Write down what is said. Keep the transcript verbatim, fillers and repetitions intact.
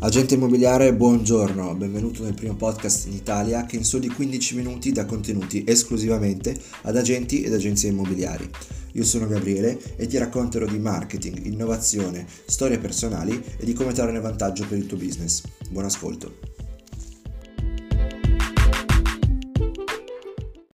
Agente immobiliare, buongiorno, benvenuto nel primo podcast in Italia che in soli quindici minuti dà contenuti esclusivamente ad agenti ed agenzie immobiliari. Io sono Gabriele e ti racconterò di marketing, innovazione, storie personali e di come trarne vantaggio per il tuo business. Buon ascolto.